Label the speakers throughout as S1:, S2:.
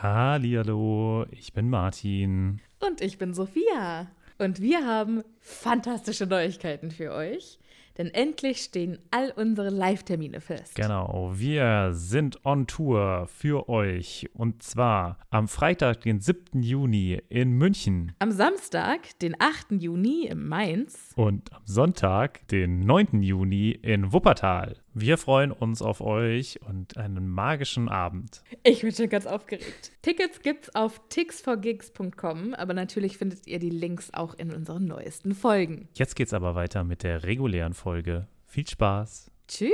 S1: Hallihallo, ich bin Martin.
S2: Und ich bin Sophia. Und wir haben fantastische Neuigkeiten für euch. Denn endlich stehen all unsere Live-Termine fest.
S1: Genau, wir sind on Tour für euch. Und zwar am Freitag, den 7. Juni in München.
S2: Am Samstag, den 8. Juni in Mainz.
S1: Und am Sonntag, den 9. Juni in Wuppertal. Wir freuen uns auf euch und einen magischen Abend.
S2: Ich bin schon ganz aufgeregt. Tickets gibt's auf tix4gigs.com, aber natürlich findet ihr die Links auch in unseren neuesten Folgen.
S1: Jetzt geht's aber weiter mit der regulären Folge. Viel Spaß.
S2: Tschüss!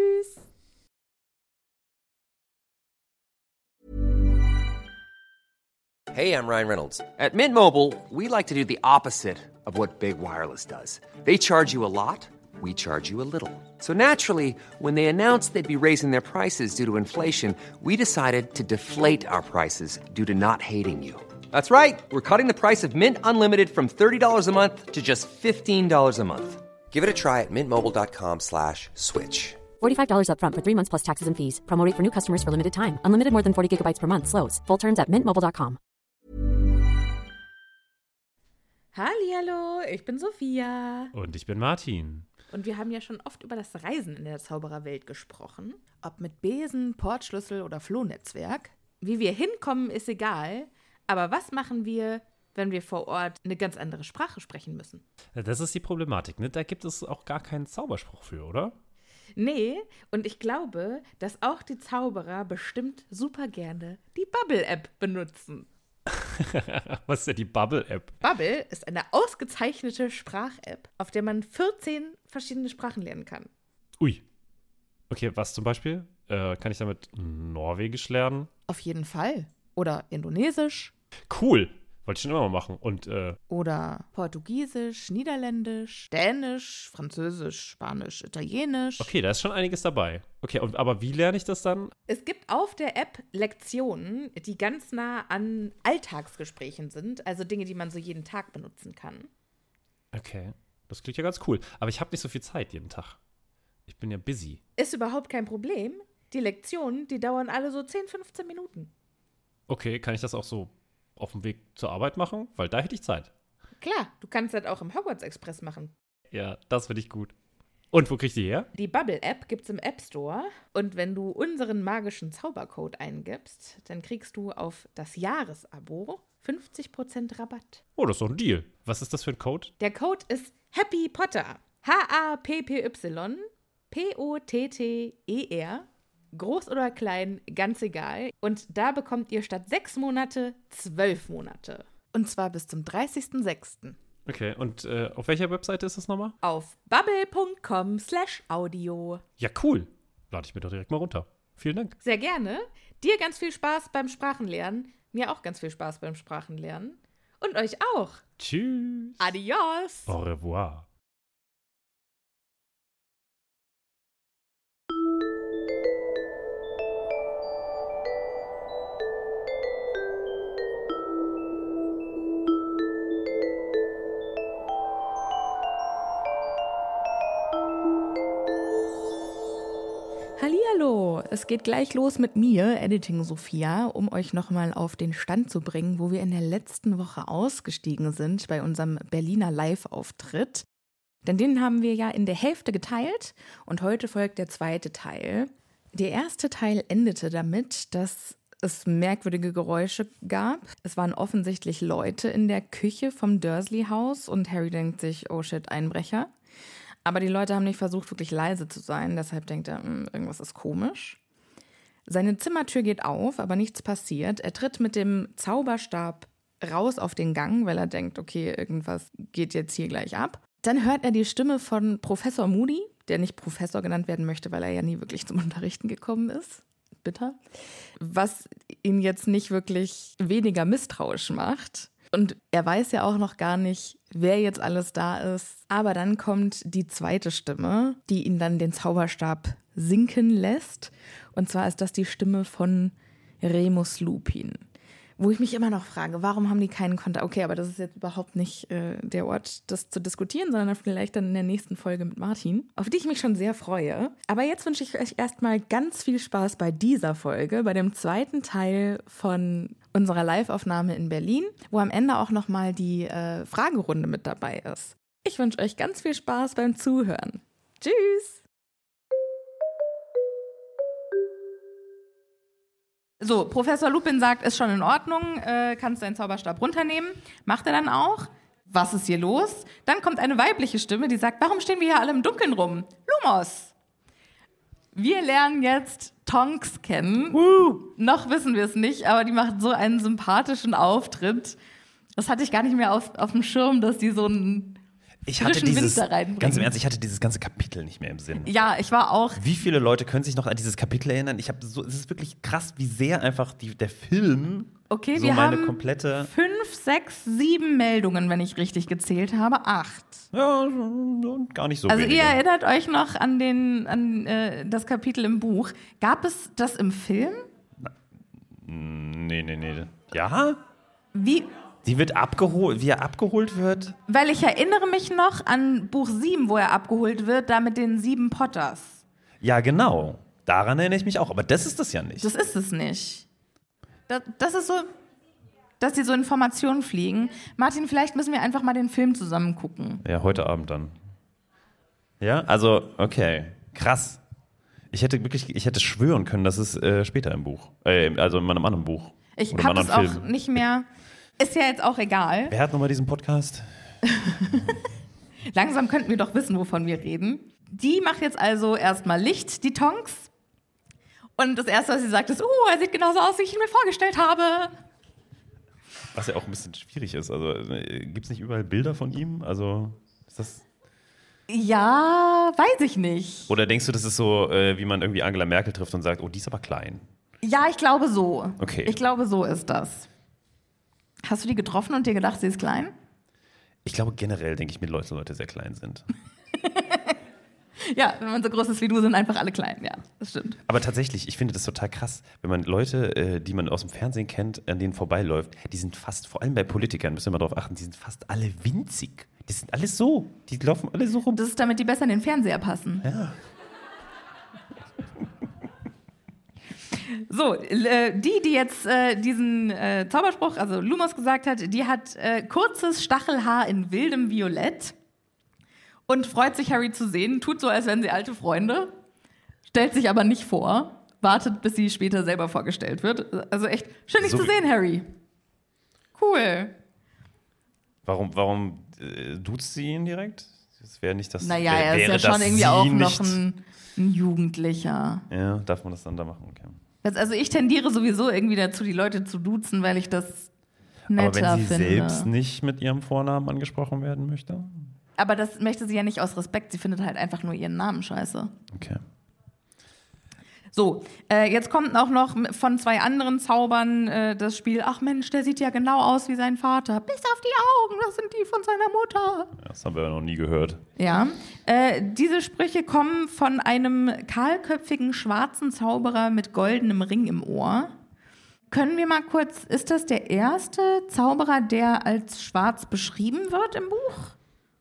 S3: Hey, I'm Ryan Reynolds. At Mint Mobile, we like to do the opposite of what Big Wireless does. They charge you a lot, we charge you a little. So naturally, when they announced they'd be raising their prices due to inflation, we decided to deflate our prices due to not hating you. That's right. We're cutting the price of Mint Unlimited from $30 a month to just $15 a month. Give it a try at mintmobile.com/switch.
S4: $45 up front for 3 months plus taxes and fees. Promo rate for new customers for limited time. Unlimited more than 40 gigabytes per month. Slows full terms at mintmobile.com.
S2: Hallihallo, ich bin Sophia.
S1: Und ich bin Martin.
S2: Und wir haben ja schon oft über das Reisen in der Zaubererwelt gesprochen. Ob mit Besen, Portschlüssel oder Flohnetzwerk. Wie wir hinkommen, ist egal. Aber was machen wir, wenn wir vor Ort eine ganz andere Sprache sprechen müssen?
S1: Das ist die Problematik, ne? Da gibt es auch gar keinen Zauberspruch für, oder?
S2: Nee, und ich glaube, dass auch die Zauberer bestimmt super gerne die Bubble-App benutzen.
S1: Was ist denn die Bubble-App?
S2: Bubble ist eine ausgezeichnete Sprach-App, auf der man 14 verschiedene Sprachen lernen kann.
S1: Ui. Okay, was zum Beispiel? Kann ich damit Norwegisch lernen?
S2: Auf jeden Fall. Oder Indonesisch.
S1: Cool. Wollte ich schon immer mal machen. Und,
S2: Oder Portugiesisch, Niederländisch, Dänisch, Französisch, Spanisch, Italienisch.
S1: okay, da ist schon einiges dabei. Okay, aber wie lerne ich das dann?
S2: Es gibt auf der App Lektionen, die ganz nah an Alltagsgesprächen sind, also Dinge, die man so jeden Tag benutzen kann.
S1: Okay, das klingt ja ganz cool. Aber ich habe nicht so viel Zeit jeden Tag. Ich bin ja busy.
S2: Ist überhaupt kein Problem. Die Lektionen, die dauern alle so 10, 15 Minuten.
S1: Okay, kann ich das auch so auf dem Weg zur Arbeit machen? Weil da hätte ich Zeit.
S2: Klar, du kannst das auch im Hogwarts Express machen.
S1: Ja, das finde ich gut. Und wo krieg ich die her?
S2: Die Bubble-App gibt's im App Store. Und wenn du unseren magischen Zaubercode eingibst, dann kriegst du auf das Jahresabo 50% Rabatt.
S1: Oh, das ist doch ein Deal. Was ist das für ein Code?
S2: Der Code ist Happy Potter. HAPPY POTTER. Groß oder klein, ganz egal. Und da bekommt ihr statt 6 Monate 12 Monate. Und zwar bis zum 30.06.
S1: Okay, und auf welcher Webseite ist das nochmal?
S2: Auf bubble.com/audio.
S1: Ja, cool. Lade ich mir doch direkt mal runter. Vielen Dank.
S2: Sehr gerne. Dir ganz viel Spaß beim Sprachenlernen. Mir auch ganz viel Spaß beim Sprachenlernen. Und euch auch.
S1: Tschüss.
S2: Adios.
S1: Au revoir.
S2: Hallihallo, es geht gleich los mit mir, Editing Sophia, um euch nochmal auf den Stand zu bringen, wo wir in der letzten Woche ausgestiegen sind bei unserem Berliner Live-Auftritt. Denn den haben wir ja in der Hälfte geteilt und heute folgt der zweite Teil. Der erste Teil endete damit, dass es merkwürdige Geräusche gab. Es waren offensichtlich Leute in der Küche vom Dursley-Haus und Harry denkt sich, oh shit, Einbrecher. Aber die Leute haben nicht versucht, wirklich leise zu sein, deshalb denkt er, irgendwas ist komisch. Seine Zimmertür geht auf, aber nichts passiert. Er tritt mit dem Zauberstab raus auf den Gang, weil er denkt, okay, irgendwas geht jetzt hier gleich ab. Dann hört er die Stimme von Professor Moody, der nicht Professor genannt werden möchte, weil er ja nie wirklich zum Unterrichten gekommen ist. Bitter. Was ihn jetzt nicht wirklich weniger misstrauisch macht. Und er weiß ja auch noch gar nicht, wer jetzt alles da ist. Aber dann kommt die zweite Stimme, die ihn dann den Zauberstab sinken lässt. Und zwar ist das die Stimme von Remus Lupin. Wo ich mich immer noch frage, warum haben die keinen Kontakt? Okay, aber das ist jetzt überhaupt nicht der Ort, das zu diskutieren, sondern vielleicht dann in der nächsten Folge mit Martin, auf die ich mich schon sehr freue. Aber jetzt wünsche ich euch erstmal ganz viel Spaß bei dieser Folge, bei dem zweiten Teil von unserer Live-Aufnahme in Berlin, wo am Ende auch nochmal die Fragerunde mit dabei ist. Ich wünsche euch ganz viel Spaß beim Zuhören. Tschüss! So, Professor Lupin sagt, ist schon in Ordnung, kannst deinen Zauberstab runternehmen. Macht er dann auch. Was ist hier los? Dann kommt eine weibliche Stimme, die sagt, warum stehen wir hier alle im Dunkeln rum? Lumos! Wir lernen jetzt Tonks kennen. Noch wissen wir es nicht, aber die macht so einen sympathischen Auftritt. Das hatte ich gar nicht mehr auf dem Schirm, dass die so einen frischen Wind da reinbringen.
S5: Ganz im Ernst, ich hatte dieses ganze Kapitel nicht mehr im Sinn.
S2: Ja, ich war auch.
S5: Wie viele Leute können sich noch an dieses Kapitel erinnern? Es ist wirklich krass, wie sehr einfach der Film
S2: Okay,
S5: so
S2: wir
S5: meine
S2: haben
S5: komplette
S2: 5, 6, 7 Meldungen, wenn ich richtig gezählt habe. 8.
S5: Ja, gar nicht so
S2: Also
S5: wenige.
S2: ihr erinnert euch noch an das Kapitel im Buch. Gab es das im Film?
S5: Nee. Ja?
S2: Wie
S5: Die wird abgeholt, wie er abgeholt wird?
S2: Weil ich erinnere mich noch an Buch 7, wo er abgeholt wird, da mit den 7 Potters.
S5: Ja, genau. Daran erinnere ich mich auch. Aber das ist das ja nicht.
S2: Das ist es nicht. Das ist so, dass die so Informationen fliegen. Martin, vielleicht müssen wir einfach mal den Film zusammen gucken.
S5: Ja, heute Abend dann. Ja, also, okay. Krass. Ich hätte schwören können, dass es später im Buch, also in einem anderen Buch.
S2: Ich
S5: oder
S2: habe
S5: einem
S2: es
S5: anderen
S2: auch
S5: Film.
S2: nicht mehr. Ist ja jetzt auch egal.
S5: Wer hat nochmal diesen Podcast?
S2: Langsam könnten wir doch wissen, wovon wir reden. Die macht jetzt also erstmal Licht, die Tonks. Und das Erste, was sie sagt, ist, er sieht genauso aus, wie ich ihn mir vorgestellt habe.
S5: Was ja auch ein bisschen schwierig ist. Also gibt es nicht überall Bilder von ihm? Also ist das...
S2: Ja, weiß ich nicht.
S5: Oder denkst du, das ist so, wie man irgendwie Angela Merkel trifft und sagt, oh, die ist aber klein?
S2: Ja, ich glaube so.
S5: Okay.
S2: Ich glaube, so ist das. Hast du die getroffen und dir gedacht, sie ist klein?
S5: Ich glaube, generell denke ich mir, Leute sehr klein sind.
S2: Ja, wenn man so groß ist wie du, sind einfach alle klein. Ja, das stimmt.
S5: Aber tatsächlich, ich finde das total krass, wenn man Leute, die man aus dem Fernsehen kennt, an denen vorbeiläuft, die sind fast, vor allem bei Politikern, müssen wir mal drauf achten, die sind fast alle winzig. Die sind alle so. Die laufen alle so rum.
S2: Das ist, damit die besser in den Fernseher passen.
S5: Ja.
S2: So, die jetzt diesen Zauberspruch, also Lumos gesagt hat, die hat kurzes Stachelhaar in wildem Violett und freut sich, Harry zu sehen, tut so, als wären sie alte Freunde, stellt sich aber nicht vor, wartet, bis sie später selber vorgestellt wird. Also echt, schön dich
S5: So
S2: zu sehen, Harry. Cool.
S5: Warum duzt sie ihn direkt? Das wäre nicht das.
S2: Naja, er ist ja schon irgendwie auch noch ein Jugendlicher.
S5: Ja, darf man das dann da machen? Okay.
S2: Also ich tendiere sowieso irgendwie dazu, die Leute zu duzen, weil ich das netter
S5: Aber wenn sie
S2: finde.
S5: selbst nicht mit ihrem Vornamen angesprochen werden möchte?
S2: Aber das möchte sie ja nicht aus Respekt. Sie findet halt einfach nur ihren Namen scheiße.
S5: Okay.
S2: So, jetzt kommt auch noch von 2 anderen Zaubern das Spiel. Ach Mensch, der sieht ja genau aus wie sein Vater. Bis auf die Augen, das sind die von seiner Mutter.
S5: Das haben wir ja noch nie gehört.
S2: Ja, diese Sprüche kommen von einem kahlköpfigen schwarzen Zauberer mit goldenem Ring im Ohr. Können wir mal kurz, ist das der erste Zauberer, der als schwarz beschrieben wird im Buch?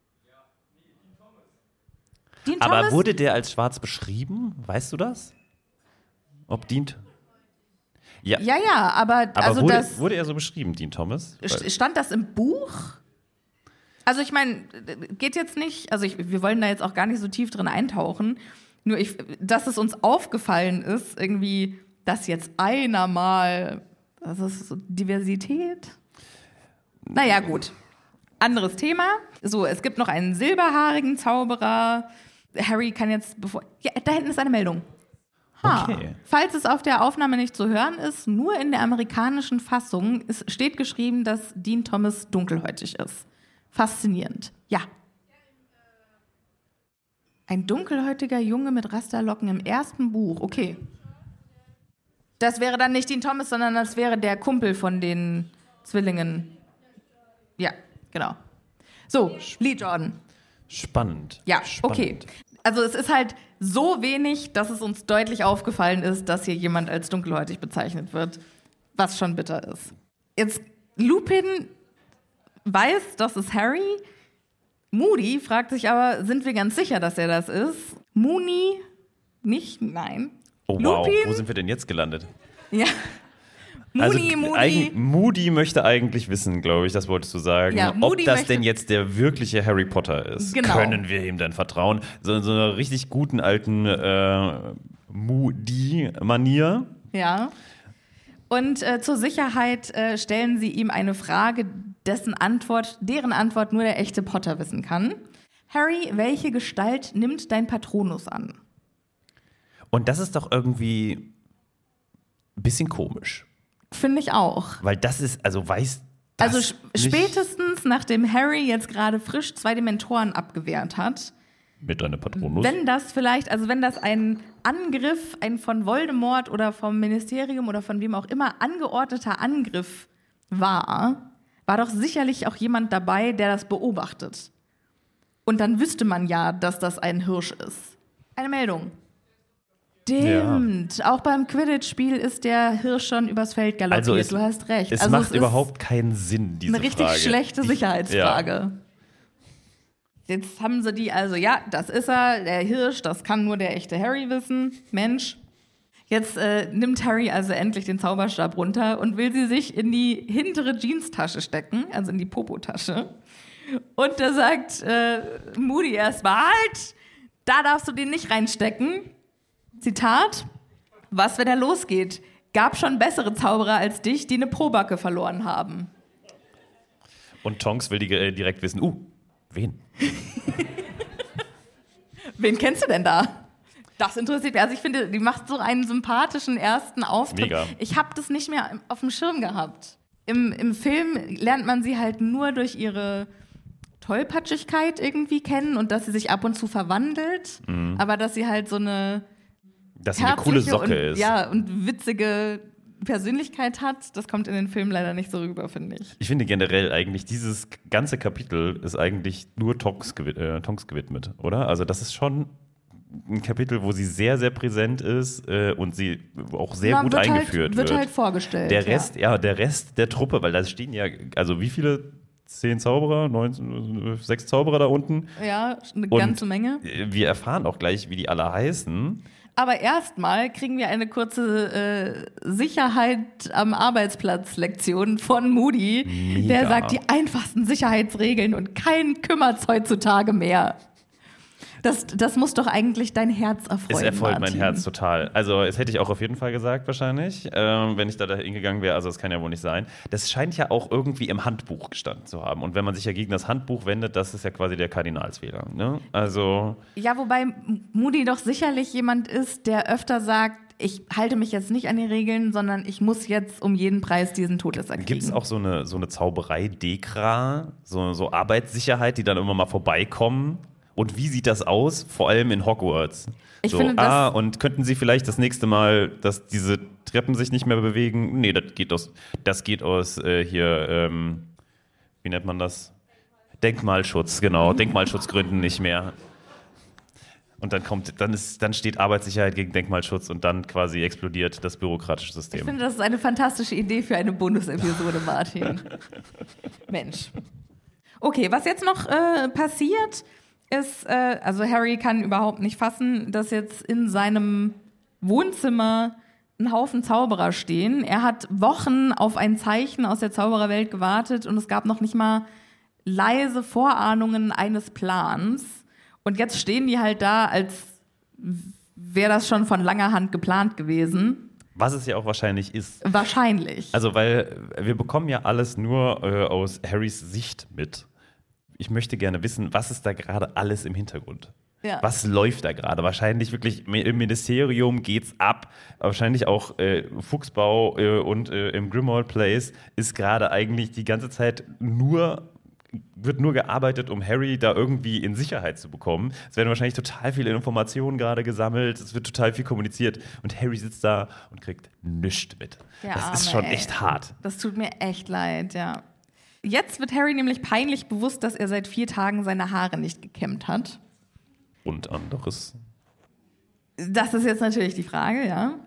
S2: Dean Thomas?
S5: Aber wurde der als schwarz beschrieben? Weißt du das? Ob Dean... Ja,
S2: aber also
S5: wurde er so beschrieben, Dean Thomas?
S2: stand das im Buch? Also ich meine, geht jetzt nicht, also wir wollen da jetzt auch gar nicht so tief drin eintauchen, nur dass es uns aufgefallen ist, irgendwie, dass jetzt einer mal, das ist so Diversität. Naja, gut. Anderes Thema. So, es gibt noch einen silberhaarigen Zauberer. Harry kann jetzt, ja, da hinten ist eine Meldung.
S5: Okay.
S2: Falls es auf der Aufnahme nicht zu hören ist, nur in der amerikanischen Fassung steht geschrieben, dass Dean Thomas dunkelhäutig ist. Faszinierend. Ja. Ein dunkelhäutiger Junge mit Rasterlocken im ersten Buch. Okay. Das wäre dann nicht Dean Thomas, sondern das wäre der Kumpel von den Zwillingen. Ja, genau. So, Lee Jordan.
S5: Spannend.
S2: Ja,
S5: Spannend.
S2: okay. Also es ist halt so wenig, dass es uns deutlich aufgefallen ist, dass hier jemand als dunkelhäutig bezeichnet wird, was schon bitter ist. Jetzt Lupin weiß, das ist Harry. Moody fragt sich aber, sind wir ganz sicher, dass er das ist? Mooney nicht? Nein.
S5: Oh wow, wo sind wir denn jetzt gelandet?
S2: Ja.
S5: Moody möchte eigentlich wissen, glaube ich, das wolltest du sagen,
S2: ja,
S5: ob das denn jetzt der wirkliche Harry Potter ist.
S2: Genau.
S5: Können wir ihm denn vertrauen? So einer richtig guten alten Moody-Manier.
S2: Ja. Und zur Sicherheit stellen sie ihm eine Frage, deren Antwort nur der echte Potter wissen kann. Harry, welche Gestalt nimmt dein Patronus an?
S5: Und das ist doch irgendwie ein bisschen komisch.
S2: Finde ich auch.
S5: Weil das ist, weiß das
S2: Also spätestens nachdem Harry jetzt gerade frisch 2 Dementoren abgewehrt hat,
S5: mit deinem Patronus.
S2: wenn das ein Angriff, ein von Voldemort oder vom Ministerium oder von wem auch immer angeordneter Angriff war doch sicherlich auch jemand dabei, der das beobachtet. Und dann wüsste man ja, dass das ein Hirsch ist. Eine Meldung. Stimmt. Ja. Auch beim Quidditch-Spiel ist der Hirsch schon übers Feld galoppiert. Du hast recht.
S5: Es macht überhaupt keinen Sinn, diese Frage.
S2: Eine richtig schlechte Sicherheitsfrage. Ja. Jetzt haben sie die das ist er, der Hirsch, das kann nur der echte Harry wissen. Mensch. Jetzt nimmt Harry also endlich den Zauberstab runter und will sie sich in die hintere Jeanstasche stecken, also in die Popotasche. Und da sagt Moody erstmal, halt, da darfst du den nicht reinstecken. Zitat, was, wenn er losgeht? Gab schon bessere Zauberer als dich, die eine Probacke verloren haben.
S5: Und Tonks will direkt wissen, wen?
S2: Wen kennst du denn da? Das interessiert mich. Also ich finde, die macht so einen sympathischen ersten Auftritt.
S5: Mega.
S2: Ich habe das nicht mehr auf dem Schirm gehabt. Im Film lernt man sie halt nur durch ihre Tollpatschigkeit irgendwie kennen und dass sie sich ab und zu verwandelt. Mhm. Aber dass sie halt so eine
S5: coole Socke ist.
S2: Ja, und witzige Persönlichkeit hat, das kommt in den Filmen leider nicht so rüber, finde ich.
S5: Ich finde generell eigentlich, dieses ganze Kapitel ist eigentlich nur Tonks gewidmet, oder? Also das ist schon ein Kapitel, wo sie sehr, sehr präsent ist und sie auch sehr gut eingeführt wird.
S2: Wird halt vorgestellt.
S5: Der Rest der Truppe, weil da stehen ja, also wie viele? 10 Zauberer, 6 Zauberer da unten.
S2: Ja, eine ganze Menge.
S5: Wir erfahren auch gleich, wie die alle heißen.
S2: Aber erstmal kriegen wir eine kurze Sicherheit am Arbeitsplatz-Lektion von Moody. Mega. Der sagt, die einfachsten Sicherheitsregeln und kein kümmert's heutzutage mehr. Das muss doch eigentlich dein Herz erfreuen,
S5: Es erfreut
S2: Martin.
S5: mein Herz total. Also das hätte ich auch auf jeden Fall gesagt wahrscheinlich, wenn ich da hingegangen wäre. Also das kann ja wohl nicht sein. Das scheint ja auch irgendwie im Handbuch gestanden zu haben. Und wenn man sich ja gegen das Handbuch wendet, das ist ja quasi der Kardinalsfehler. Ne? Also
S2: ja, wobei Moody doch sicherlich jemand ist, der öfter sagt, ich halte mich jetzt nicht an die Regeln, sondern ich muss jetzt um jeden Preis diesen Todesser kriegen.
S5: Gibt es auch so eine Zauberei-Dekra, so Arbeitssicherheit, die dann immer mal vorbeikommen? Und wie sieht das aus? Vor allem in Hogwarts.
S2: Finde das
S5: und könnten Sie vielleicht das nächste Mal, dass diese Treppen sich nicht mehr bewegen? Nee, das geht aus wie nennt man das? Denkmalschutz, genau. Denkmalschutzgründen nicht mehr. Und dann steht Arbeitssicherheit gegen Denkmalschutz und dann quasi explodiert das bürokratische System.
S2: Ich finde, das ist eine fantastische Idee für eine Bonus-Episode, Martin. Mensch. Okay, was jetzt noch passiert, ist, also Harry kann überhaupt nicht fassen, dass jetzt in seinem Wohnzimmer ein Haufen Zauberer stehen. Er hat Wochen auf ein Zeichen aus der Zaubererwelt gewartet und es gab noch nicht mal leise Vorahnungen eines Plans. Und jetzt stehen die halt da, als wäre das schon von langer Hand geplant gewesen.
S5: Was es ja auch wahrscheinlich ist.
S2: Wahrscheinlich.
S5: Also, weil wir bekommen ja alles nur aus Harrys Sicht mit. Ich möchte gerne wissen, was ist da gerade alles im Hintergrund?
S2: Ja.
S5: Was läuft da gerade? Wahrscheinlich wirklich im Ministerium geht's ab. Wahrscheinlich auch Fuchsbau und im Grimmauld Place ist gerade eigentlich die ganze Zeit wird nur gearbeitet, um Harry da irgendwie in Sicherheit zu bekommen. Es werden wahrscheinlich total viele Informationen gerade gesammelt, es wird total viel kommuniziert und Harry sitzt da und kriegt nichts mit. Das ist schon echt hart.
S2: Das tut mir echt leid, ja. Jetzt wird Harry nämlich peinlich bewusst, dass er seit 4 Tagen seine Haare nicht gekämmt hat.
S5: Und anderes.
S2: Das ist jetzt natürlich die Frage, ja.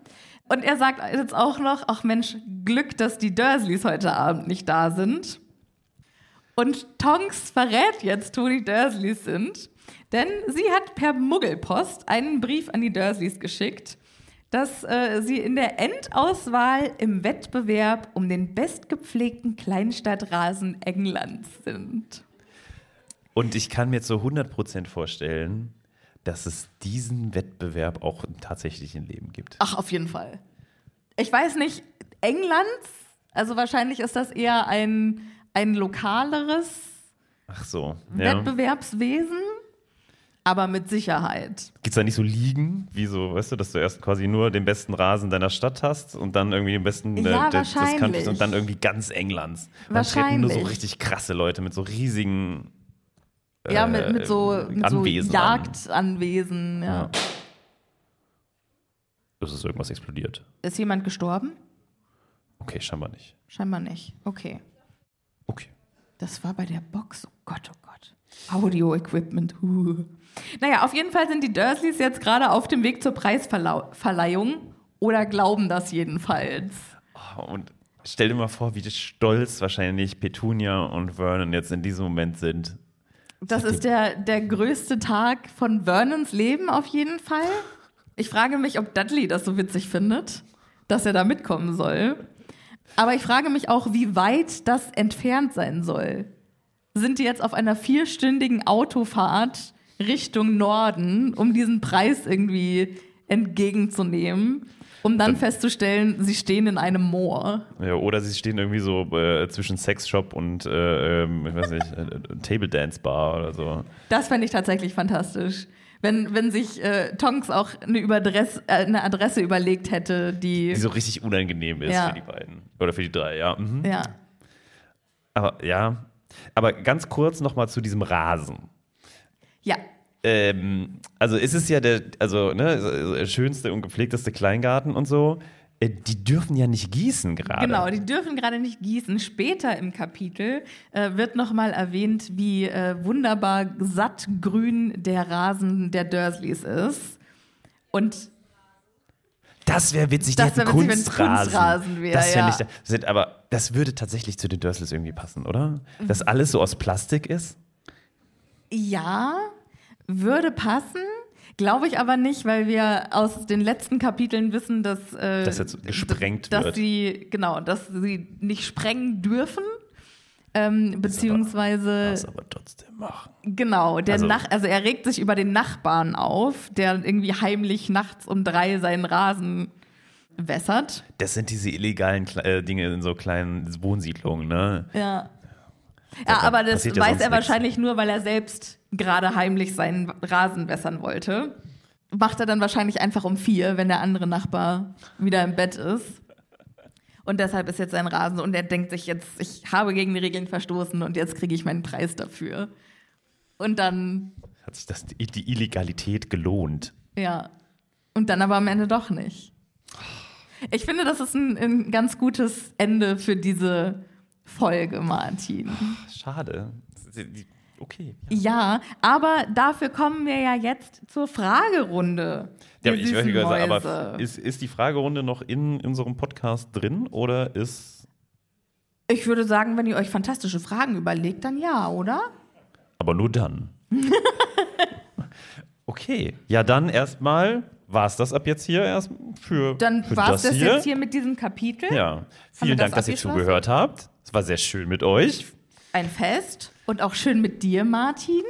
S2: Und er sagt jetzt auch noch, ach Mensch, Glück, dass die Dursleys heute Abend nicht da sind. Und Tonks verrät jetzt, wo die Dursleys sind, denn sie hat per Muggelpost einen Brief an die Dursleys geschickt, dass sie in der Endauswahl im Wettbewerb um den bestgepflegten Kleinstadtrasen Englands sind.
S5: Und ich kann mir zu 100% vorstellen, dass es diesen Wettbewerb auch im tatsächlichen Leben gibt.
S2: Ach, auf jeden Fall. Ich weiß nicht, Englands, also wahrscheinlich ist das eher ein lokaleres Wettbewerbswesen, aber mit Sicherheit.
S5: Gibt es da nicht so Ligen, wie so, weißt du, dass du erst quasi nur den besten Rasen deiner Stadt hast und dann irgendwie den besten des Countries und dann irgendwie ganz Englands. Dann treten nur so richtig krasse Leute mit so riesigen
S2: mit so Jagdanwesen. Ja.
S5: Ist irgendwas explodiert?
S2: Ist jemand gestorben?
S5: Okay, scheinbar nicht.
S2: Scheinbar nicht. Okay.
S5: Okay.
S2: Das war bei der Box. Oh Gott, oh Gott. Audio-Equipment. Naja, auf jeden Fall sind die Dursleys jetzt gerade auf dem Weg zur Preisverleihung oder glauben das jedenfalls.
S5: Oh, und stell dir mal vor, wie stolz wahrscheinlich Petunia und Vernon jetzt in diesem Moment sind.
S2: Das ist der größte Tag von Vernons Leben auf jeden Fall. Ich frage mich, ob Dudley das so witzig findet, dass er da mitkommen soll. Aber ich frage mich auch, wie weit das entfernt sein soll. Sind die jetzt auf einer 4-stündigen Autofahrt Richtung Norden, um diesen Preis irgendwie entgegenzunehmen, um dann festzustellen, sie stehen in einem Moor.
S5: Ja, oder sie stehen irgendwie so zwischen Sexshop und ich weiß nicht, Table Dance Bar oder so.
S2: Das fände ich tatsächlich fantastisch. Wenn sich Tonks auch eine Adresse überlegt hätte, die
S5: so richtig unangenehm ist für die beiden. Oder für die drei, ja. Mhm.
S2: Ja.
S5: Aber ganz kurz nochmal zu diesem Rasen.
S2: Ja.
S5: Also ist es ja der schönste und gepflegteste Kleingarten und so. Die dürfen ja nicht gießen gerade.
S2: Genau, die dürfen gerade nicht gießen. Später im Kapitel wird nochmal erwähnt, wie wunderbar sattgrün der Rasen der Dursleys ist. Und
S5: das wäre witzig, die hätten
S2: Kunstrasen wäre.
S5: Das fände ich aber das würde tatsächlich zu den Dursleys irgendwie passen, oder? Dass alles so aus Plastik ist?
S2: Ja, würde passen. Glaube ich aber nicht, weil wir aus den letzten Kapiteln wissen, dass
S5: jetzt gesprengt wird.
S2: Dass sie nicht sprengen dürfen. Beziehungsweise.
S5: Das aber trotzdem machen.
S2: Genau, er regt sich über den Nachbarn auf, der irgendwie heimlich nachts um 3 seinen Rasen wässert.
S5: Das sind diese illegalen Dinge in so kleinen Wohnsiedlungen, ne?
S2: Ja. Ja, aber das weiß er wahrscheinlich nur, weil er selbst gerade heimlich seinen Rasen wässern wollte. Macht er dann wahrscheinlich einfach um 4, wenn der andere Nachbar wieder im Bett ist. Und deshalb ist jetzt sein Rasen und er denkt sich jetzt, ich habe gegen die Regeln verstoßen und jetzt kriege ich meinen Preis dafür. Und dann
S5: hat sich die Illegalität gelohnt.
S2: Ja. Und dann aber am Ende doch nicht. Ich finde, das ist ein ganz gutes Ende für diese Folge, Martin.
S5: Schade. Okay.
S2: Ja, aber dafür kommen wir ja jetzt zur Fragerunde.
S5: Ja, ich weiß nicht, aber ist die Fragerunde noch in unserem Podcast drin oder ist.
S2: Ich würde sagen, wenn ihr euch fantastische Fragen überlegt, dann ja, oder?
S5: Aber nur dann. Okay. Ja, dann erstmal war es das ab jetzt hier erst für.
S2: Dann war es das jetzt hier mit diesem Kapitel.
S5: Ja. Vielen Dank, dass ihr zugehört habt. Es war sehr schön mit euch.
S2: Ein Fest und auch schön mit dir, Martin.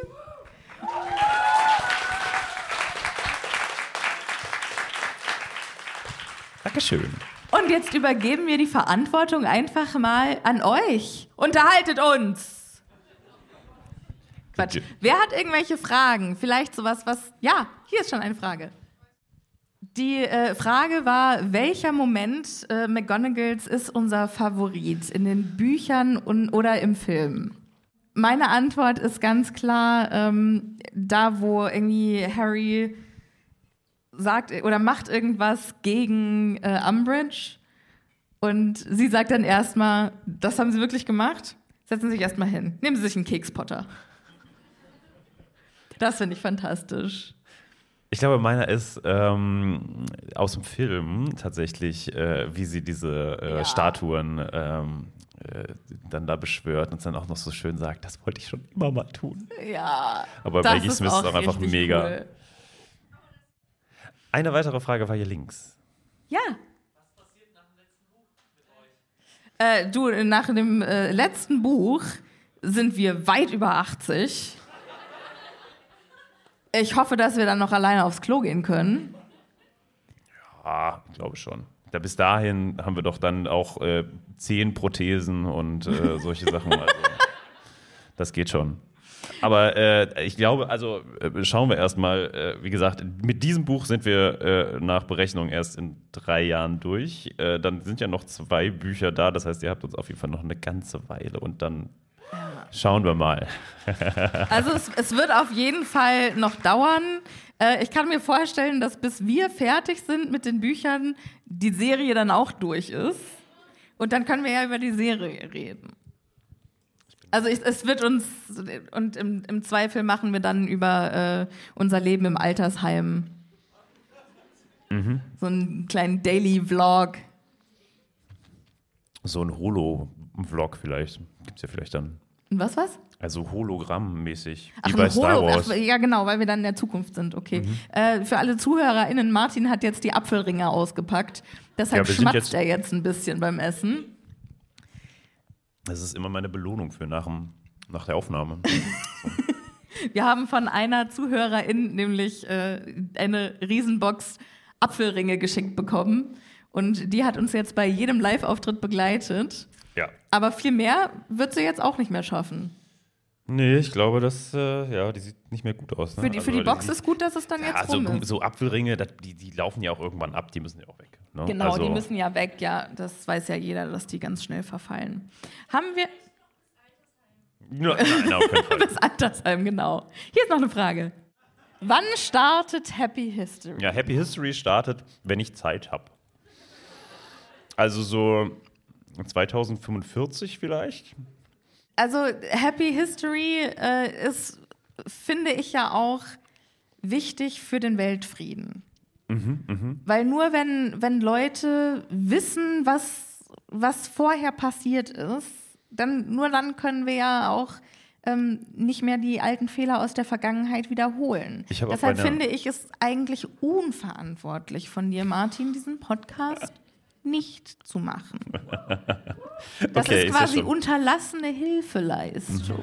S5: Dankeschön.
S2: Und jetzt übergeben wir die Verantwortung einfach mal an euch. Unterhaltet uns! Quatsch. Wer hat irgendwelche Fragen? Vielleicht sowas, Ja, hier ist schon eine Frage. Die Frage war, welcher Moment McGonagalls ist unser Favorit in den Büchern oder im Film? Meine Antwort ist ganz klar, da wo irgendwie Harry sagt oder macht irgendwas gegen Umbridge und sie sagt dann erstmal, das haben sie wirklich gemacht? Setzen Sie sich erstmal hin. Nehmen Sie sich einen Keks, Potter. Das finde ich fantastisch.
S5: Ich glaube, meiner ist aus dem Film tatsächlich, wie sie diese Statuen dann da beschwört und dann auch noch so schön sagt, das wollte ich schon immer mal tun.
S2: Ja.
S5: Aber Maggie Smith ist auch einfach mega.
S2: Cool.
S5: Eine weitere Frage war hier links.
S2: Ja. Was passiert nach dem letzten Buch mit euch? Nach dem letzten Buch sind wir weit über 80. Ich hoffe, dass wir dann noch alleine aufs Klo gehen können.
S5: Ja, ich glaube schon. Bis dahin haben wir doch dann auch 10 Prothesen und solche Sachen. Also, das geht schon. Aber ich glaube, also schauen wir erstmal, wie gesagt, mit diesem Buch sind wir nach Berechnung erst in 3 Jahren durch. Dann sind ja noch 2 Bücher da, das heißt, ihr habt uns auf jeden Fall noch eine ganze Weile und dann schauen wir mal.
S2: Also es wird auf jeden Fall noch dauern. Ich kann mir vorstellen, dass bis wir fertig sind mit den Büchern, die Serie dann auch durch ist. Und dann können wir ja über die Serie reden. Also es wird uns, und im Zweifel machen wir dann über unser Leben im Altersheim so einen kleinen Daily-Vlog.
S5: So ein Holo-Vlog vielleicht. Gibt's ja vielleicht dann.
S2: Was?
S5: Also Hologramm-mäßig, wie
S2: Ach,
S5: bei Star Wars.
S2: Ach, ja, genau, weil wir dann in der Zukunft sind, okay. Für alle ZuhörerInnen, Martin hat jetzt die Apfelringe ausgepackt. Deshalb schmatzt er jetzt ein bisschen beim Essen.
S5: Das ist immer meine Belohnung für nach der Aufnahme. So.
S2: Wir haben von einer ZuhörerIn nämlich eine Riesenbox Apfelringe geschenkt bekommen. Und die hat uns jetzt bei jedem Live-Auftritt begleitet.
S5: Ja.
S2: Aber viel mehr wird sie jetzt auch nicht mehr schaffen.
S5: Nee, ich glaube, die sieht nicht mehr gut aus. Ne?
S2: Für die Box ist gut, dass es dann jetzt rum ist.
S5: So Apfelringe, die laufen ja auch irgendwann ab, die müssen ja auch weg. Ne?
S2: Genau, die müssen ja weg, ja. Das weiß ja jeder, dass die ganz schnell verfallen. Haben wir...
S5: Nein, auf keinen Fall.
S2: Das Altersheim, genau. Hier ist noch eine Frage. Wann startet Happy History?
S5: Ja, Happy History startet, wenn ich Zeit habe. Also so 2045 vielleicht.
S2: Also Happy History ist, finde ich ja auch, wichtig für den Weltfrieden. Weil nur wenn Leute wissen, was vorher passiert ist, nur dann können wir ja auch nicht mehr die alten Fehler aus der Vergangenheit wiederholen. Deshalb finde ich es eigentlich unverantwortlich von dir, Martin, diesen Podcast nicht zu machen. Das ist quasi unterlassene Hilfeleistung.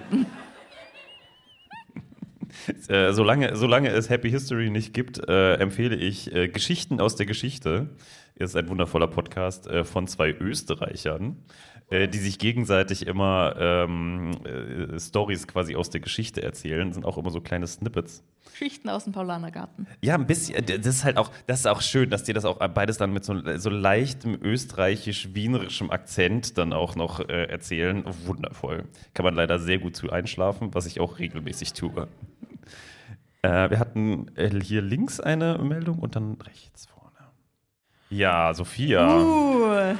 S5: Solange es Happy History nicht gibt, empfehle ich Geschichten aus der Geschichte. Ist ein wundervoller Podcast von 2 Österreichern, die sich gegenseitig immer Storys quasi aus der Geschichte erzählen. Das sind auch immer so kleine Snippets.
S2: Geschichten aus dem Paulanergarten.
S5: Ja, ein bisschen. Das ist auch schön, dass die das auch beides dann mit so leichtem österreichisch-wienerischem Akzent dann auch noch erzählen. Wundervoll. Kann man leider sehr gut zu einschlafen, was ich auch regelmäßig tue. Wir hatten hier links eine Meldung und dann rechts vorne. Ja, Sophia.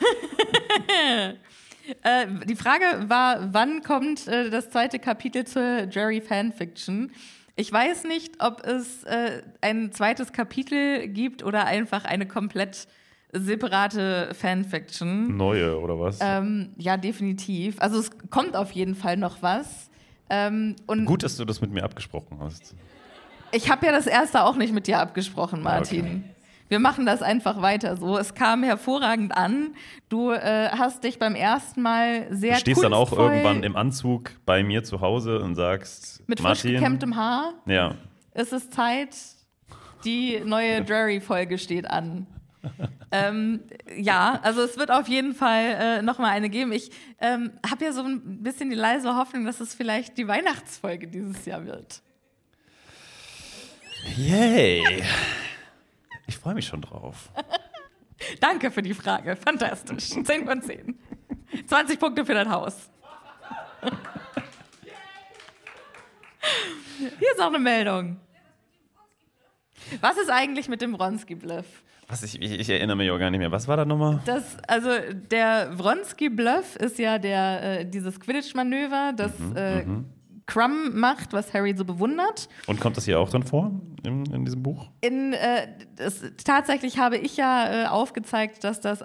S2: Die Frage war, wann kommt das 2. Kapitel zur Jerry Fanfiction? Ich weiß nicht, ob es ein 2. Kapitel gibt oder einfach eine komplett separate Fanfiction.
S5: Neue, oder was?
S2: Ja, definitiv. Also es kommt auf jeden Fall noch was. Und
S5: gut, dass du das mit mir abgesprochen hast.
S2: Ich habe ja das erste auch nicht mit dir abgesprochen, Martin. Okay. Wir machen das einfach weiter so. Es kam hervorragend an. Du hast dich beim ersten Mal sehr
S5: Du stehst dann auch irgendwann im Anzug bei mir zu Hause und sagst,
S2: mit
S5: Martin,
S2: frisch gekämmtem Haar.
S5: Ja.
S2: Es ist Zeit. Die neue Jerry-Folge steht an. Ja, also es wird auf jeden Fall noch mal eine geben. Ich habe ja so ein bisschen die leise Hoffnung, dass es vielleicht die Weihnachtsfolge dieses Jahr wird.
S5: Yay! Ich freue mich schon drauf.
S2: Danke für die Frage. Fantastisch. 10 von 10. 20 Punkte für dein Haus. Hier ist auch eine Meldung. Was ist eigentlich mit dem Wronski-Bluff?
S5: Ich erinnere mich auch gar nicht mehr. Was war da nochmal?
S2: Also der Wronski-Bluff ist ja dieses Quidditch-Manöver, das Crumb macht, was Harry so bewundert.
S5: Und kommt das hier auch drin vor, in diesem Buch?
S2: Tatsächlich habe ich ja aufgezeigt, dass das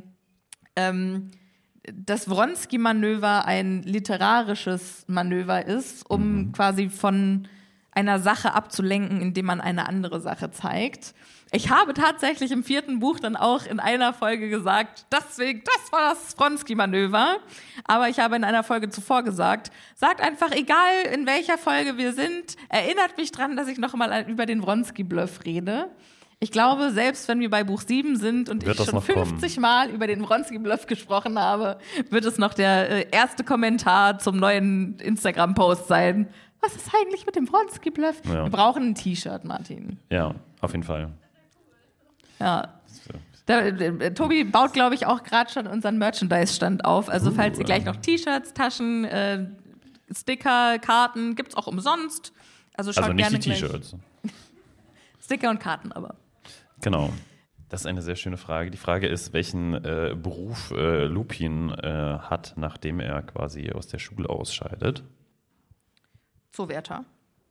S2: das Wronski-Manöver ein literarisches Manöver ist, um quasi von einer Sache abzulenken, indem man eine andere Sache zeigt. Ich habe tatsächlich im 4. Buch dann auch in einer Folge gesagt, das war das Wronski-Manöver. Aber ich habe in einer Folge zuvor gesagt, sagt einfach, egal in welcher Folge wir sind, erinnert mich dran, dass ich noch mal über den Wronski-Bluff rede. Ich glaube, selbst wenn wir bei Buch 7 sind und ich schon 50 Mal über den Wronski-Bluff gesprochen habe, wird es noch der erste Kommentar zum neuen Instagram-Post sein. Was ist eigentlich mit dem Wronski-Bluff? Ja. Wir brauchen ein T-Shirt, Martin.
S5: Ja, auf jeden Fall.
S2: Ja. Tobi baut, glaube ich, auch gerade schon unseren Merchandise-Stand auf. Also falls ihr gleich noch T-Shirts, Taschen, Sticker, Karten, gibt's auch umsonst. Also schaut
S5: nicht
S2: gerne
S5: die T-Shirts.
S2: Sticker und Karten aber.
S5: Genau. Das ist eine sehr schöne Frage. Die Frage ist, welchen Beruf Lupin hat, nachdem er quasi aus der Schule ausscheidet.
S2: Zoowärter.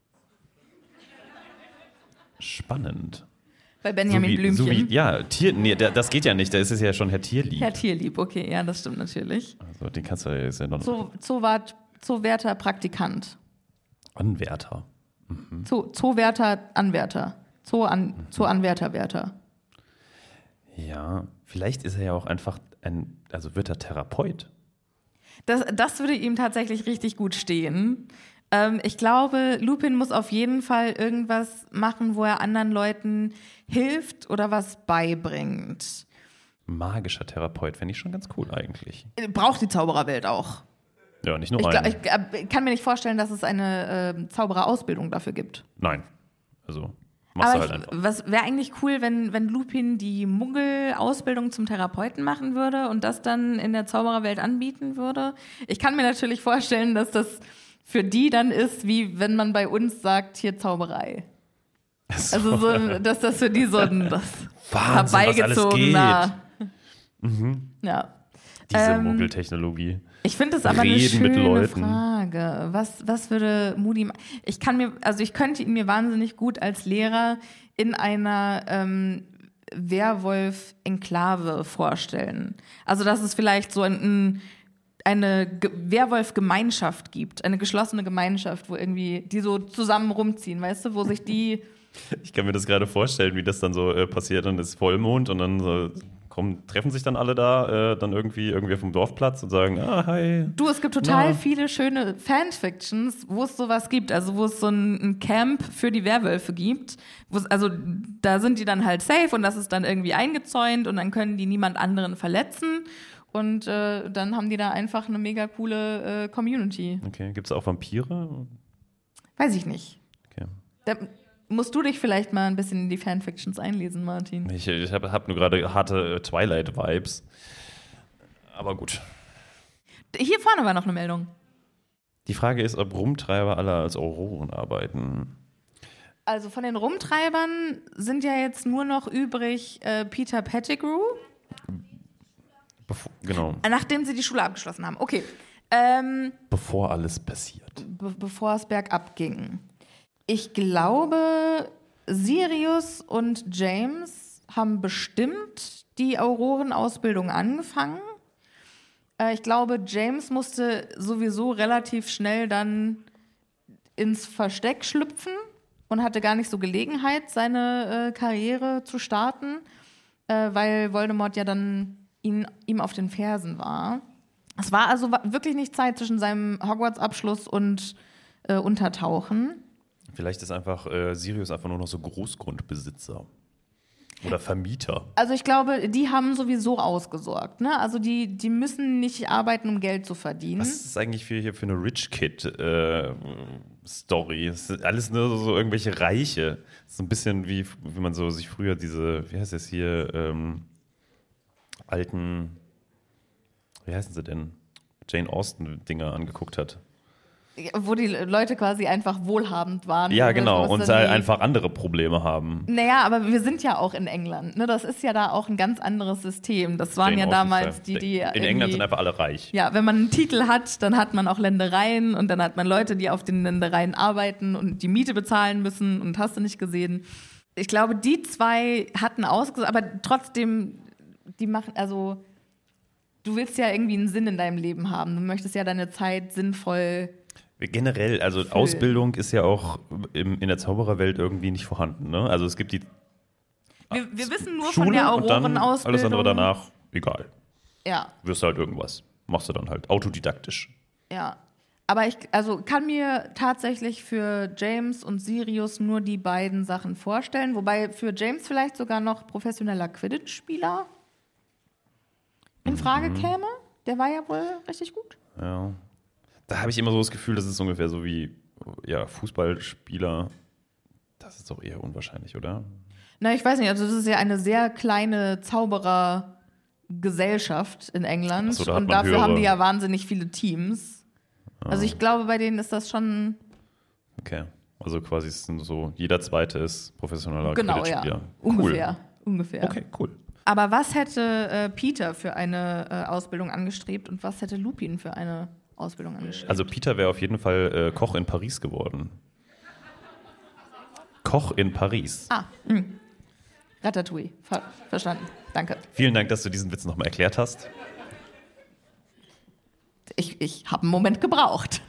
S5: Spannend.
S2: Bei Benjamin Blümchen.
S5: Das geht ja nicht, da ist es ja schon Herr Tierlieb.
S2: Herr Tierlieb, okay, ja, das stimmt natürlich.
S5: Also den kannst du ja noch.
S2: Zoowärter, Praktikant.
S5: Anwärter.
S2: Mhm. Zoowärter, Anwärter. Zooanwärter.
S5: Ja, vielleicht ist er ja auch einfach wird er Therapeut.
S2: Das würde ihm tatsächlich richtig gut stehen. Ich glaube, Lupin muss auf jeden Fall irgendwas machen, wo er anderen Leuten hilft oder was beibringt.
S5: Magischer Therapeut fände ich schon ganz cool eigentlich.
S2: Braucht die Zaubererwelt auch.
S5: Ja, nicht nur einen.
S2: Ich kann mir nicht vorstellen, dass es eine Zaubererausbildung dafür gibt.
S5: Nein, also machst du halt einfach.
S2: Was wäre eigentlich cool, wenn Lupin die Muggel-Ausbildung zum Therapeuten machen würde und das dann in der Zaubererwelt anbieten würde? Ich kann mir natürlich vorstellen, dass das für die dann ist, wie wenn man bei uns sagt, hier Zauberei. So. Also dass das für die so ein herbeigezogener. Ja.
S5: Diese Muggeltechnologie.
S2: Ich finde das aber eine schöne Frage. Was würde Moody machen? Ich könnte ihn mir wahnsinnig gut als Lehrer in einer Werwolf-Enklave vorstellen. Also dass es vielleicht so eine Werwolf-Gemeinschaft gibt, eine geschlossene Gemeinschaft, wo irgendwie die so zusammen rumziehen, weißt du, wo sich die...
S5: Ich kann mir das gerade vorstellen, wie das dann so passiert, dann ist Vollmond und dann so treffen sich dann alle da, dann irgendwie auf dem Dorfplatz und sagen, hi.
S2: Du, es gibt total viele schöne Fanfictions, wo es sowas gibt, also wo es so ein Camp für die Werwölfe gibt, also da sind die dann halt safe und das ist dann irgendwie eingezäunt und dann können die niemand anderen verletzen. Und dann haben die da einfach eine mega coole Community.
S5: Okay, gibt es auch Vampire?
S2: Weiß ich nicht.
S5: Okay.
S2: Da musst du dich vielleicht mal ein bisschen in die Fanfictions einlesen, Martin.
S5: Ich hab nur gerade harte Twilight-Vibes. Aber gut.
S2: Hier vorne war noch eine Meldung.
S5: Die Frage ist, ob Rumtreiber alle als Auroren arbeiten.
S2: Also von den Rumtreibern sind ja jetzt nur noch übrig Peter Pettigrew.
S5: Genau.
S2: Nachdem sie die Schule abgeschlossen haben. Okay.
S5: Bevor alles passiert.
S2: Bevor es bergab ging. Ich glaube, Sirius und James haben bestimmt die Aurorenausbildung angefangen. Ich glaube, James musste sowieso relativ schnell dann ins Versteck schlüpfen und hatte gar nicht so Gelegenheit, seine Karriere zu starten, weil Voldemort ja dann ihm auf den Fersen war. Es war also wirklich nicht Zeit zwischen seinem Hogwarts-Abschluss und Untertauchen.
S5: Vielleicht ist einfach Sirius einfach nur noch so Großgrundbesitzer oder Vermieter.
S2: Also ich glaube, die haben sowieso ausgesorgt. Ne? Also die müssen nicht arbeiten, um Geld zu verdienen.
S5: Was ist das eigentlich für eine Rich Kid-Story? Es ist alles nur so irgendwelche Reiche. So ein bisschen wie man so sich früher diese, wie heißt das hier, alten, wie heißen sie denn, Jane Austen-Dinger angeguckt hat.
S2: wo die Leute quasi einfach wohlhabend waren.
S5: Ja, genau, und einfach andere Probleme haben.
S2: Naja, aber wir sind ja auch in England. Ne? Das ist ja da auch ein ganz anderes System. Das waren ja damals die
S5: in England sind einfach alle reich.
S2: Ja, wenn man einen Titel hat, dann hat man auch Ländereien und dann hat man Leute, die auf den Ländereien arbeiten und die Miete bezahlen müssen und hast du nicht gesehen. Ich glaube, die zwei hatten ausgesucht, aber trotzdem, die machen, also du willst ja irgendwie einen Sinn in deinem Leben haben. Du möchtest ja deine Zeit sinnvoll
S5: generell, also
S2: füllen.
S5: Ausbildung ist ja auch in der Zaubererwelt irgendwie nicht vorhanden. Ne? Also es gibt die
S2: wir wissen nur
S5: Schule
S2: von der
S5: und dann
S2: Aurorenausbildung.
S5: alles andere danach, egal.
S2: Ja.
S5: Wirst halt irgendwas. Machst du dann halt autodidaktisch.
S2: Ja. Aber ich kann mir tatsächlich für James und Sirius nur die beiden Sachen vorstellen. Wobei für James vielleicht sogar noch professioneller Quidditch-Spieler in Frage käme. Der war ja wohl richtig gut.
S5: Ja. Da habe ich immer so das Gefühl, das ist ungefähr so wie Fußballspieler. Das ist doch eher unwahrscheinlich, oder?
S2: Na, ich weiß nicht. Also das ist ja eine sehr kleine Zauberergesellschaft in England.
S5: So,
S2: und dafür haben die ja wahnsinnig viele Teams. Also ich glaube, bei denen ist das schon...
S5: Okay. Also quasi ist so, jeder Zweite ist professioneller
S2: Quidditch-Spieler. Genau, ja. Ungefähr.
S5: Okay, cool.
S2: Aber was hätte Peter für eine Ausbildung angestrebt und was hätte Lupin für eine Ausbildung angestrebt?
S5: Also Peter wäre auf jeden Fall Koch in Paris geworden. Koch in Paris.
S2: Ratatouille. Verstanden. Danke.
S5: Vielen Dank, dass du diesen Witz nochmal erklärt hast.
S2: Ich habe einen Moment gebraucht.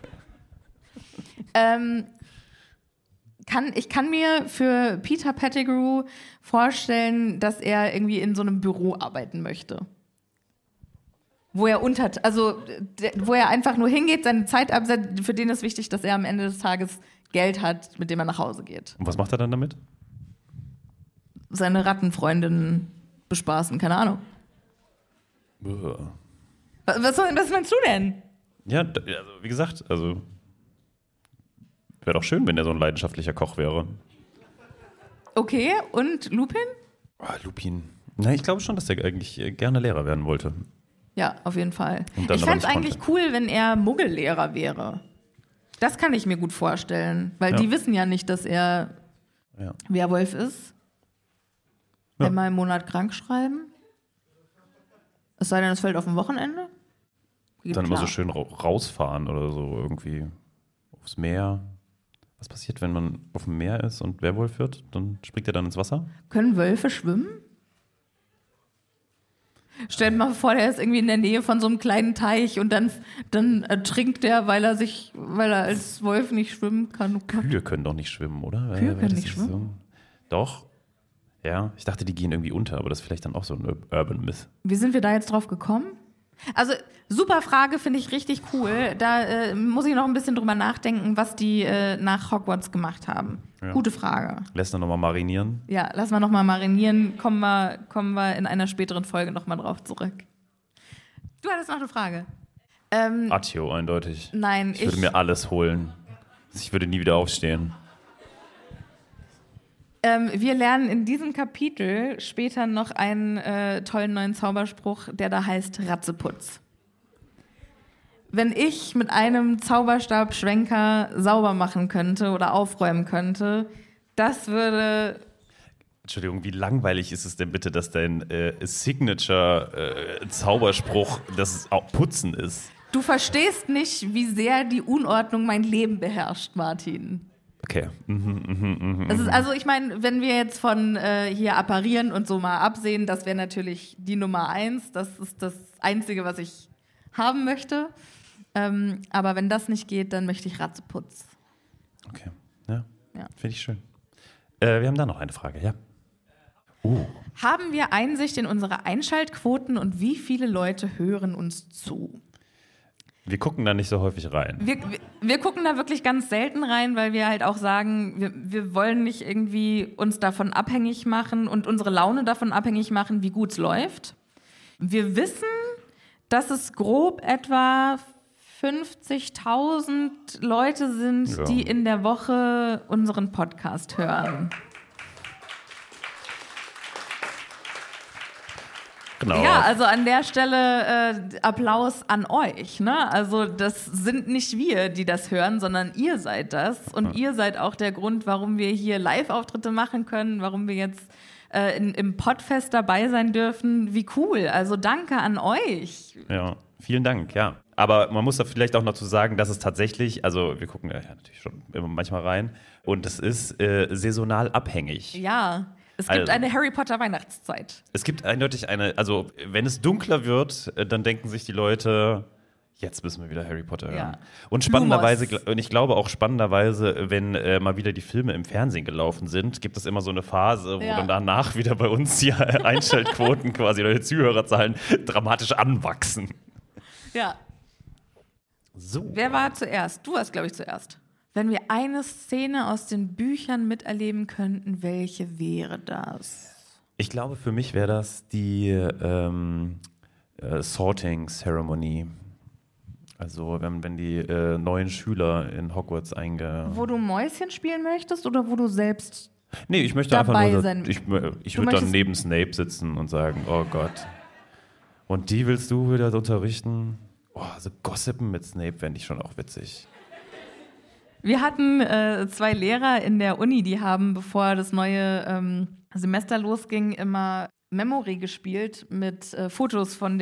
S2: Ich kann mir für Peter Pettigrew vorstellen, dass er irgendwie in so einem Büro arbeiten möchte. Wo er wo er einfach nur hingeht, seine Zeit absetzt. Für den ist wichtig, dass er am Ende des Tages Geld hat, mit dem er nach Hause geht.
S5: Und was macht er dann damit?
S2: Seine Rattenfreundin bespaßen, keine Ahnung. Was meinst du denn?
S5: Ja, also wie gesagt, wäre doch schön, wenn er so ein leidenschaftlicher Koch wäre.
S2: Okay, und Lupin?
S5: Lupin. Na, ich glaube schon, dass er eigentlich gerne Lehrer werden wollte.
S2: Ja, auf jeden Fall. Ich
S5: aber
S2: fände es
S5: nicht
S2: eigentlich
S5: konnte.
S2: cool, wenn er Muggellehrer wäre. Das kann ich mir gut vorstellen, weil die wissen ja nicht, dass er Werwolf ist.
S5: Ja.
S2: Einmal im Monat krank schreiben. Es sei denn, es fällt auf ein Wochenende. Geht
S5: Dann
S2: klar.
S5: immer so schön rausfahren oder so irgendwie aufs Meer. Was passiert, wenn man auf dem Meer ist und Werwolf wird? Dann springt er dann ins Wasser?
S2: Können Wölfe schwimmen? Stell dir mal vor, der ist irgendwie in der Nähe von so einem kleinen Teich und dann ertrinkt der, weil er als Wolf nicht schwimmen kann.
S5: Kühe können doch nicht schwimmen, oder?
S2: Kühe können nicht schwimmen?
S5: So? Doch. Ja, ich dachte, die gehen irgendwie unter, aber das ist vielleicht dann auch so ein Urban Myth.
S2: Wie sind wir da jetzt drauf gekommen? Also, super Frage, finde ich richtig cool. Da muss ich noch ein bisschen drüber nachdenken, was die nach Hogwarts gemacht haben. Ja. Gute Frage.
S5: Lässt du nochmal marinieren?
S2: Ja, lass mal nochmal marinieren. Kommen wir in einer späteren Folge nochmal drauf zurück. Du hattest noch eine Frage.
S5: Accio, eindeutig.
S2: Nein,
S5: ich würde mir alles holen. Ich würde nie wieder aufstehen.
S2: Wir lernen in diesem Kapitel später noch einen tollen neuen Zauberspruch, der da heißt Ratzeputz. Wenn ich mit einem Zauberstabschwenker sauber machen könnte oder aufräumen könnte, das würde...
S5: Entschuldigung, wie langweilig ist es denn bitte, dass dein Signature-Zauberspruch das auch Putzen ist?
S2: Du verstehst nicht, wie sehr die Unordnung mein Leben beherrscht, Martin.
S5: Okay.
S2: Das ist, also ich meine, wenn wir jetzt von hier apparieren und so mal absehen, das wäre natürlich die Nummer 1. Das ist das Einzige, was ich haben möchte. Aber wenn das nicht geht, dann möchte ich Ratzeputz.
S5: Okay, ja. Finde ich schön. Wir haben da noch eine Frage, ja.
S2: Haben wir Einsicht in unsere Einschaltquoten und wie viele Leute hören uns zu?
S5: Wir gucken da nicht so häufig rein.
S2: Wir gucken da wirklich ganz selten rein, weil wir halt auch sagen, wir wollen nicht irgendwie uns davon abhängig machen und unsere Laune davon abhängig machen, wie gut es läuft. Wir wissen, dass es grob etwa 50.000 Leute sind, die in der Woche unseren Podcast hören.
S5: Genau.
S2: Ja, also an der Stelle Applaus an euch. Ne? Also das sind nicht wir, die das hören, sondern ihr seid das. Und ihr seid auch der Grund, warum wir hier Live-Auftritte machen können, warum wir jetzt im Podfest dabei sein dürfen. Wie cool. Also danke an euch.
S5: Ja, vielen Dank, ja. Aber man muss da vielleicht auch noch zu sagen, dass es tatsächlich, also wir gucken ja natürlich schon immer manchmal rein, und es ist saisonal abhängig.
S2: Ja, es gibt eine Harry Potter Weihnachtszeit.
S5: Es gibt eindeutig also wenn es dunkler wird, dann denken sich die Leute, jetzt müssen wir wieder Harry Potter hören. Ja. Und spannenderweise, und ich glaube auch spannenderweise, wenn mal wieder die Filme im Fernsehen gelaufen sind, gibt es immer so eine Phase, wo dann danach wieder bei uns die Einschaltquoten quasi oder die Zuhörerzahlen dramatisch anwachsen.
S2: Ja.
S5: So.
S2: Wer war zuerst? Du warst, glaube ich, zuerst. Wenn wir eine Szene aus den Büchern miterleben könnten, welche wäre das?
S5: Ich glaube, für mich wäre das die Sorting Ceremony. Also wenn die neuen Schüler in Hogwarts
S2: Wo du Mäuschen spielen möchtest oder wo du selbst
S5: Nee, ich möchte
S2: dabei
S5: einfach nur,
S2: sein?
S5: ich würde dann neben Snape sitzen und sagen, oh Gott. Und die willst du wieder unterrichten? Oh, so Gossipen mit Snape fände ich schon auch witzig.
S2: Wir hatten 2 Lehrer in der Uni, die haben, bevor das neue Semester losging, immer Memory gespielt mit Fotos von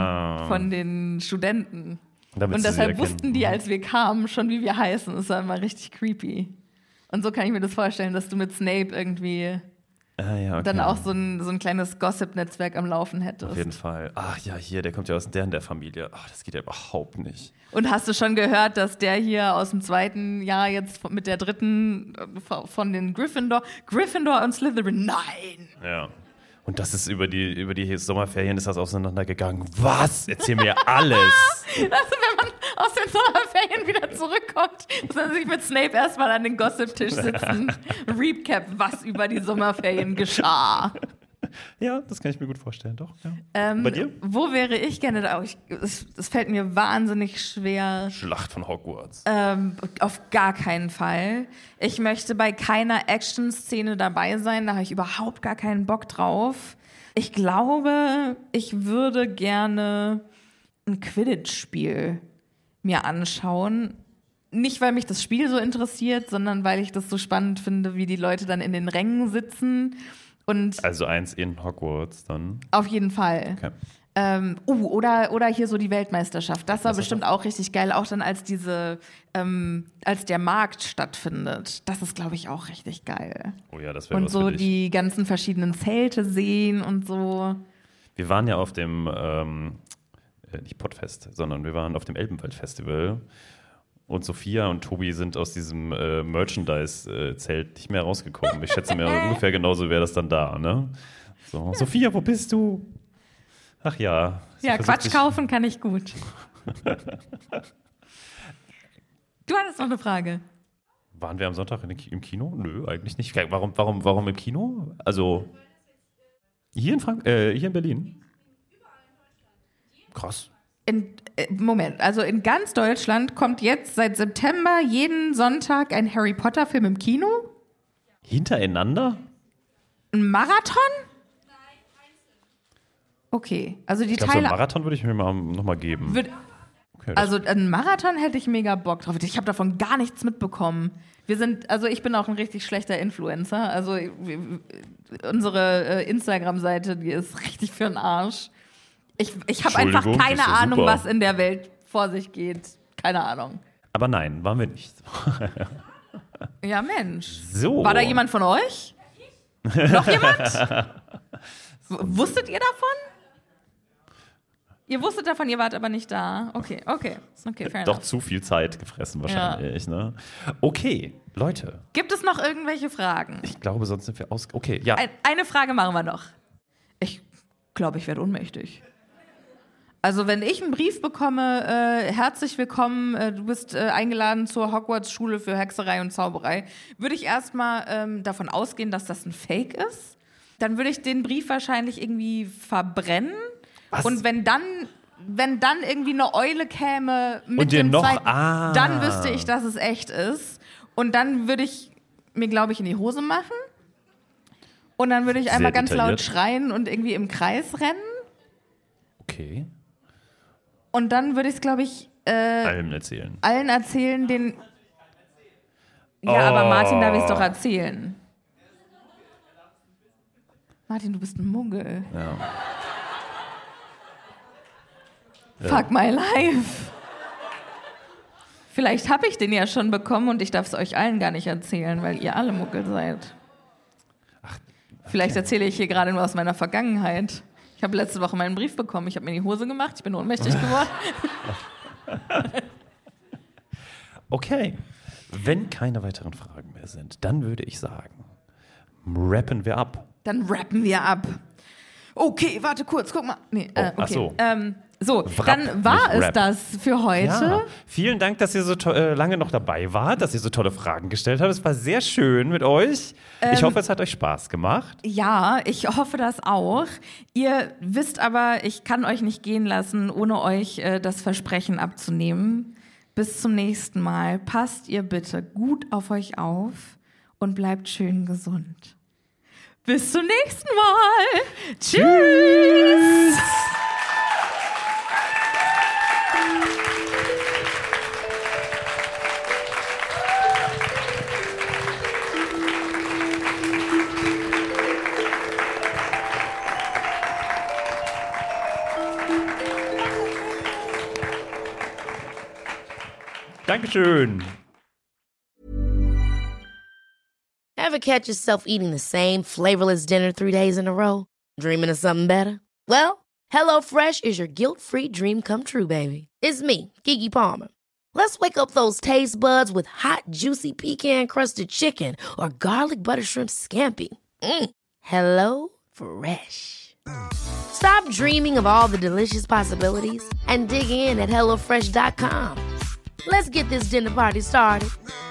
S2: den Studenten. Und deshalb wussten die, als wir kamen, schon, wie wir heißen. Das war immer richtig creepy. Und so kann ich mir das vorstellen, dass du mit Snape irgendwie dann auch so ein kleines Gossip-Netzwerk am Laufen hättest.
S5: Auf jeden Fall. Ach ja, hier, der kommt ja aus der Familie. Ach, das geht ja überhaupt nicht.
S2: Und hast du schon gehört, dass der hier aus dem 2. Jahr jetzt mit der 3. von den Gryffindor und Slytherin? Nein!
S5: Ja. Und das ist über die Sommerferien ist das auseinandergegangen. Was? Erzähl mir alles.
S2: Also wenn man aus den Sommerferien wieder zurückkommt, muss man sich mit Snape erstmal an den Gossip-Tisch sitzen. Recap, was über die Sommerferien geschah.
S5: Ja, das kann ich mir gut vorstellen, doch. Ja. Bei dir?
S2: Wo wäre ich gerne da? Es fällt mir wahnsinnig schwer.
S5: Schlacht von Hogwarts.
S2: Auf gar keinen Fall. Ich möchte bei keiner Action-Szene dabei sein, da habe ich überhaupt gar keinen Bock drauf. Ich glaube, ich würde gerne ein Quidditch-Spiel mir anschauen. Nicht, weil mich das Spiel so interessiert, sondern weil ich das so spannend finde, wie die Leute dann in den Rängen sitzen.
S5: Also eins in Hogwarts dann?
S2: Auf jeden Fall.
S5: Okay.
S2: Oder hier so die Weltmeisterschaft. Das war bestimmt auch richtig geil, auch dann als der Markt stattfindet. Das ist, glaube ich, auch richtig geil.
S5: Oh ja, das wäre
S2: Und
S5: was
S2: so
S5: für dich.
S2: Die ganzen verschiedenen Zelte sehen und so.
S5: Wir waren ja auf dem, nicht Podfest, sondern wir waren auf dem Elbenwald-Festival. Und Sophia und Tobi sind aus diesem Merchandise-Zelt nicht mehr rausgekommen. Ich schätze mir ungefähr genauso wäre das dann da, ne? So, Sophia, wo bist du? Ach ja.
S2: Ja, Quatsch kaufen kann ich gut. Du hattest noch eine Frage.
S5: Waren wir am Sonntag im Kino? Nö, eigentlich nicht. Warum im Kino? Also hier in Berlin? Krass.
S2: Moment, also in ganz Deutschland kommt jetzt seit September jeden Sonntag ein Harry Potter Film im Kino?
S5: Hintereinander?
S2: Ein Marathon? Nein, einzeln. Okay, also die
S5: So
S2: Teile...
S5: einen Marathon würde ich mir noch mal geben. Okay,
S2: also einen Marathon hätte ich mega Bock drauf. Ich habe davon gar nichts mitbekommen. Ich bin auch ein richtig schlechter Influencer. Also unsere Instagram-Seite, die ist richtig für den Arsch. Ich habe einfach keine Ahnung,
S5: super.
S2: was in der Welt vor sich geht. Keine Ahnung.
S5: Aber nein, waren wir nicht.
S2: Ja, Mensch.
S5: So.
S2: War da jemand von euch? Noch jemand? Wusstet ihr davon? Ihr wusstet davon, ihr wart aber nicht da. Okay, fair enough.
S5: Doch zu viel Zeit gefressen wahrscheinlich, ne? Okay, Leute.
S2: Gibt es noch irgendwelche Fragen?
S5: Ich glaube, sonst sind wir aus... Okay, ja.
S2: Eine Frage machen wir noch. Ich glaube, ich werde ohnmächtig. Also wenn ich einen Brief bekomme, herzlich willkommen, du bist eingeladen zur Hogwarts-Schule für Hexerei und Zauberei, würde ich erstmal davon ausgehen, dass das ein Fake ist. Dann würde ich den Brief wahrscheinlich irgendwie verbrennen.
S5: Was?
S2: Und wenn dann irgendwie eine Eule käme mit
S5: dir
S2: dem
S5: noch-
S2: zweiten, dann wüsste ich, dass es echt ist. Und dann würde ich mir, glaube ich, in die Hose machen. Und dann würde ich einmal ganz laut
S5: detailliert.
S2: schreien und irgendwie im Kreis rennen.
S5: Okay.
S2: Und dann würde ich es, glaube ich,
S5: Allen erzählen.
S2: Allen erzählen, den... Ja, aber Martin darf ich es doch erzählen. Martin, du bist ein Muggel.
S5: Ja.
S2: Fuck my life. Vielleicht habe ich den ja schon bekommen und ich darf es euch allen gar nicht erzählen, weil ihr alle Muggel seid. Vielleicht erzähle ich hier gerade nur aus meiner Vergangenheit. Ich habe letzte Woche meinen Brief bekommen. Ich habe mir in die Hose gemacht. Ich bin ohnmächtig geworden.
S5: Okay. Wenn keine weiteren Fragen mehr sind, dann würde ich sagen, rappen wir ab.
S2: Dann rappen wir ab. Okay, warte kurz, guck mal. Nee, okay.
S5: Ach so.
S2: Dann war es das für heute.
S5: Ja. Vielen Dank, dass ihr so lange noch dabei wart, dass ihr so tolle Fragen gestellt habt. Es war sehr schön mit euch. Ich hoffe, es hat euch Spaß gemacht.
S2: Ja, ich hoffe das auch. Ihr wisst aber, ich kann euch nicht gehen lassen, ohne euch das Versprechen abzunehmen. Bis zum nächsten Mal. Passt ihr bitte gut auf euch auf und bleibt schön gesund. Bis zum nächsten Mal. Tschüss.
S5: Dankeschön.
S6: Ever catch yourself eating the same flavorless dinner 3 days in a row? Dreaming of something better? Well, HelloFresh is your guilt-free dream come true, baby. It's me, Keke Palmer. Let's wake up those taste buds with hot, juicy pecan-crusted chicken or garlic butter shrimp scampi. Hello Fresh. Stop dreaming of all the delicious possibilities and dig in at HelloFresh.com. Let's get this dinner party started.